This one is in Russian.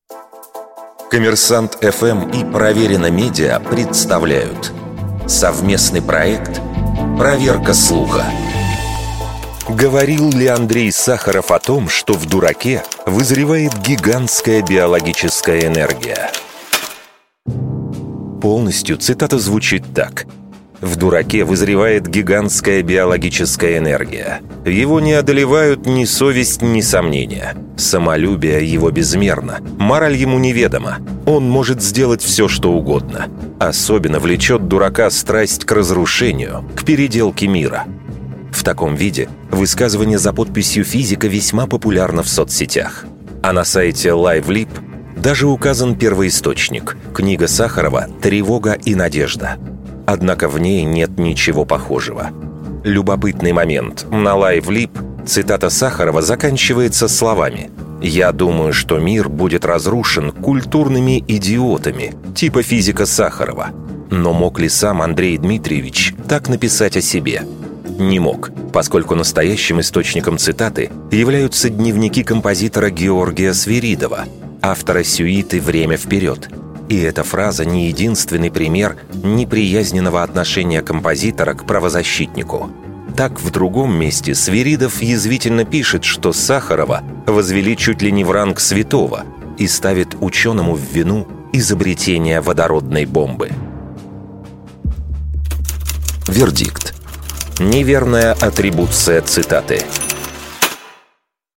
Коммерсант ФМ и Проверено Медиа представляют совместный проект «Проверка слуха». Говорил ли Андрей Сахаров о том, что в дураке вызревает гигантская биологическая энергия? Полностью цитата звучит так. В дураке вызревает гигантская биологическая энергия. Его не одолевают ни совесть, ни сомнения. Самолюбие его безмерно, мораль ему неведома. Он может сделать все, что угодно. Особенно влечет дурака страсть к разрушению, к переделке мира. В таком виде высказывание за подписью физика весьма популярно в соцсетях. А на сайте LiveLib даже указан первоисточник – книга Сахарова «Тревога и надежда». Однако в ней нет ничего похожего. Любопытный момент. На LiveLib цитата Сахарова заканчивается словами: «Я думаю, что мир будет разрушен культурными идиотами, типа физика Сахарова». Но мог ли сам Андрей Дмитриевич так написать о себе? Не мог, поскольку настоящим источником цитаты являются дневники композитора Георгия Свиридова, автора сюиты «Время вперед». И эта фраза не единственный пример неприязненного отношения композитора к правозащитнику. Так, в другом месте Свиридов язвительно пишет, что Сахарова возвели чуть ли не в ранг святого и ставит ученому в вину изобретение водородной бомбы. Вердикт. Неверная атрибуция цитаты.